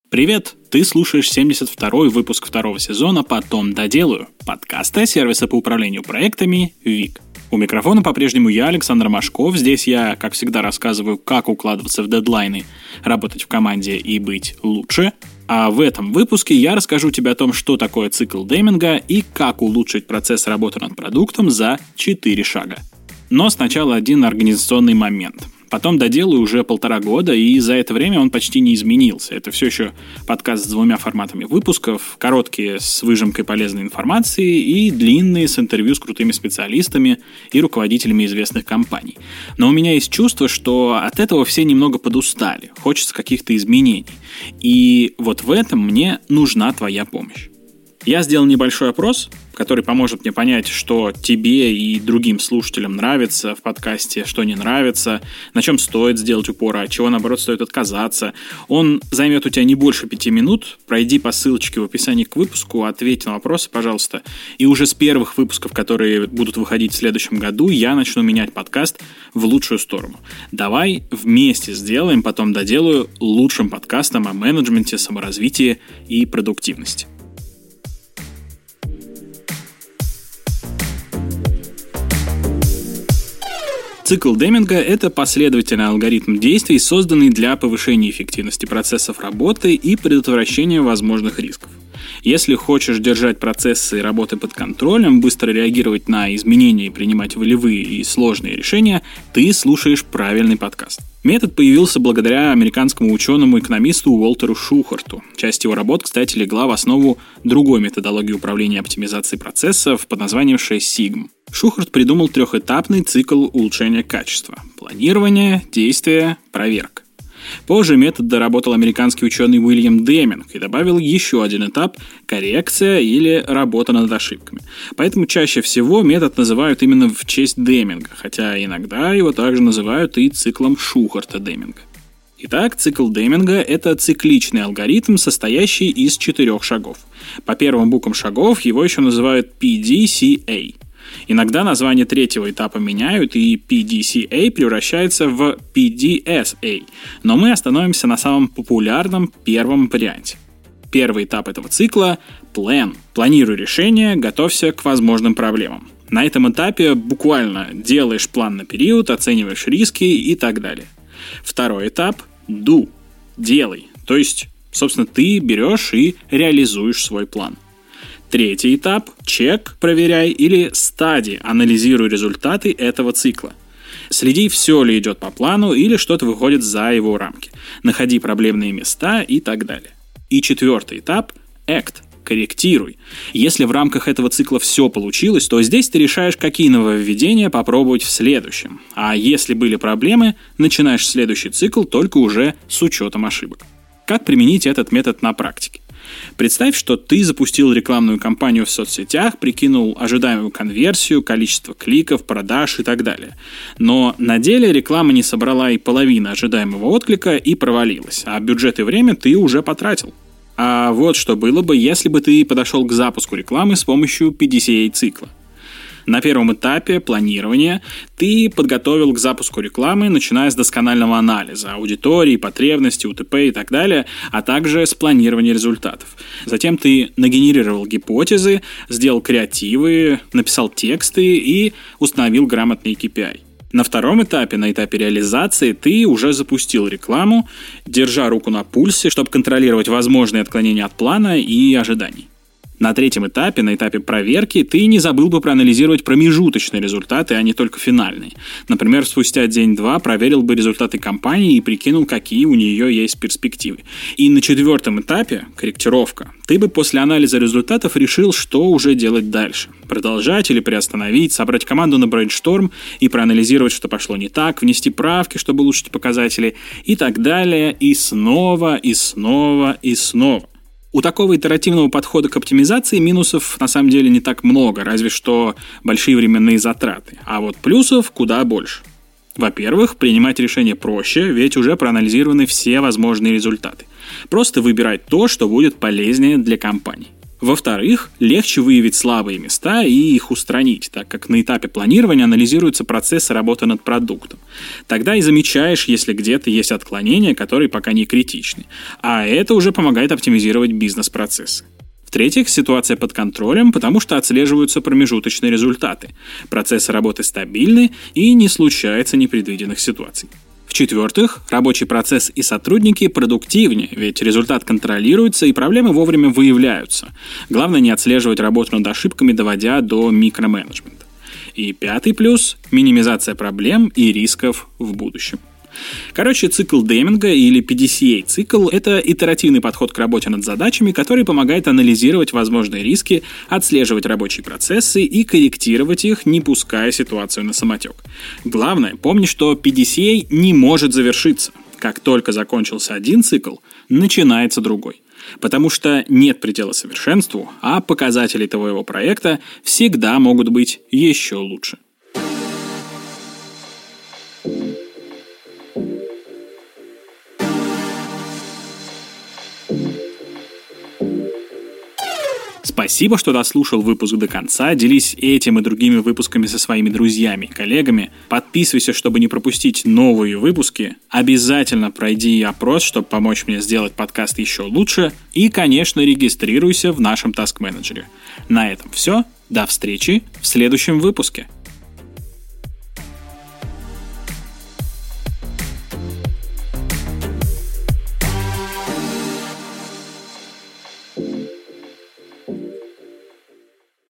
Привет! Ты слушаешь 72-й выпуск второго сезона «Потом доделаю» подкаста сервиса по управлению проектами «Вик». У микрофона по-прежнему я, Александр Машков. Здесь я, как всегда, рассказываю, как укладываться в дедлайны, работать в команде и быть лучше. А в этом выпуске я расскажу тебе о том, что такое цикл Деминга и как улучшить процесс работы над продуктом за 4 шага. Но сначала один организационный момент. Потом доделаю уже 1,5 года, и за это время он почти не изменился. Это все еще подкаст с 2 форматами выпусков, короткие с выжимкой полезной информации и длинные с интервью с крутыми специалистами и руководителями известных компаний. Но у меня есть чувство, что от этого все немного подустали, хочется каких-то изменений. И вот в этом мне нужна твоя помощь. Я сделал небольшой опрос, который поможет мне понять, что тебе и другим слушателям нравится в подкасте, что не нравится, на чем стоит сделать упор, а от чего, наоборот, стоит отказаться. Он займет у тебя не больше 5 минут. Пройди по ссылочке в описании к выпуску, ответь на вопросы, пожалуйста. И уже с первых выпусков, которые будут выходить в следующем году, я начну менять подкаст в лучшую сторону. Давай вместе сделаем, потом доделаю лучшим подкастом о менеджменте, саморазвитии и продуктивности. Цикл Деминга – это последовательный алгоритм действий, созданный для повышения эффективности процессов работы и предотвращения возможных рисков. Если хочешь держать процессы работы под контролем, быстро реагировать на изменения и принимать волевые и сложные решения, ты слушаешь правильный подкаст. Метод появился благодаря американскому ученому-экономисту Уолтеру Шухарту. Часть его работ, кстати, легла в основу другой методологии управления оптимизацией процессов под названием 6 сигм. Шухарт придумал 3-этапный цикл улучшения качества – планирование, действие, проверка. Позже метод доработал американский ученый Уильям Деминг и добавил еще один этап – коррекция или работа над ошибками. Поэтому чаще всего метод называют именно в честь Деминга, хотя иногда его также называют и циклом Шухарта-Деминга. Итак, цикл Деминга – это цикличный алгоритм, состоящий из 4 шагов. По первым буквам шагов его еще называют PDCA. Иногда название 3-го этапа меняют, и PDCA превращается в PDSA, но мы остановимся на самом популярном первом варианте. Первый этап этого цикла – Plan. Планируй решение, готовься к возможным проблемам. На этом этапе буквально делаешь план на период, оцениваешь риски и так далее. Второй этап – Do. Делай, то есть, собственно, ты берешь и реализуешь свой план. Третий этап – чек, проверяй, или стадии, анализируй результаты этого цикла. Следи, все ли идет по плану или что-то выходит за его рамки. Находи проблемные места и так далее. И 4-й этап – act, корректируй. Если в рамках этого цикла все получилось, то здесь ты решаешь, какие нововведения попробовать в следующем. А если были проблемы, начинаешь следующий цикл только уже с учетом ошибок. Как применить этот метод на практике? Представь, что ты запустил рекламную кампанию в соцсетях, прикинул ожидаемую конверсию, количество кликов, продаж и так далее. Но на деле реклама не собрала и половины ожидаемого отклика и провалилась, а бюджет и время ты уже потратил. А вот что было бы, если бы ты подошел к запуску рекламы с помощью PDCA-цикла. На первом этапе планирования ты подготовил к запуску рекламы, начиная с досконального анализа аудитории, потребностей, УТП и так далее, а также с планирования результатов. Затем ты нагенерировал гипотезы, сделал креативы, написал тексты и установил грамотный KPI. На втором этапе, на этапе реализации, ты уже запустил рекламу, держа руку на пульсе, чтобы контролировать возможные отклонения от плана и ожиданий. На 3-м этапе, на этапе проверки, ты не забыл бы проанализировать промежуточные результаты, а не только финальные. Например, спустя день-два проверил бы результаты компании и прикинул, какие у нее есть перспективы. И на 4-м этапе, корректировка, ты бы после анализа результатов решил, что уже делать дальше. Продолжать или приостановить, собрать команду на брейншторм и проанализировать, что пошло не так, внести правки, чтобы улучшить показатели и так далее, и снова, и снова, и снова. У такого итеративного подхода к оптимизации минусов на самом деле не так много, разве что большие временные затраты. А вот плюсов куда больше. Во-первых, принимать решения проще, ведь уже проанализированы все возможные результаты. Просто выбирать то, что будет полезнее для компании. Во-вторых, легче выявить слабые места и их устранить, так как на этапе планирования анализируются процессы работы над продуктом. Тогда и замечаешь, если где-то есть отклонения, которые пока не критичны. А это уже помогает оптимизировать бизнес-процессы. В-третьих, ситуация под контролем, потому что отслеживаются промежуточные результаты. Процессы работы стабильны и не случается непредвиденных ситуаций. В-четвертых, рабочий процесс и сотрудники продуктивнее, ведь результат контролируется и проблемы вовремя выявляются. Главное не отслеживать работу над ошибками, доводя до микроменеджмента. И пятый плюс – минимизация проблем и рисков в будущем. Короче, цикл Деминга или PDCA-цикл – это итеративный подход к работе над задачами, который помогает анализировать возможные риски, отслеживать рабочие процессы и корректировать их, не пуская ситуацию на самотек. Главное, помни, что PDCA не может завершиться. Как только закончился один цикл, начинается другой. Потому что нет предела совершенству, а показатели твоего проекта всегда могут быть еще лучше. Спасибо, что дослушал выпуск до конца. Делись этим и другими выпусками со своими друзьями и коллегами. Подписывайся, чтобы не пропустить новые выпуски. Обязательно пройди опрос, чтобы помочь мне сделать подкаст еще лучше. И, конечно, регистрируйся в нашем Task Manager. На этом все. До встречи в следующем выпуске.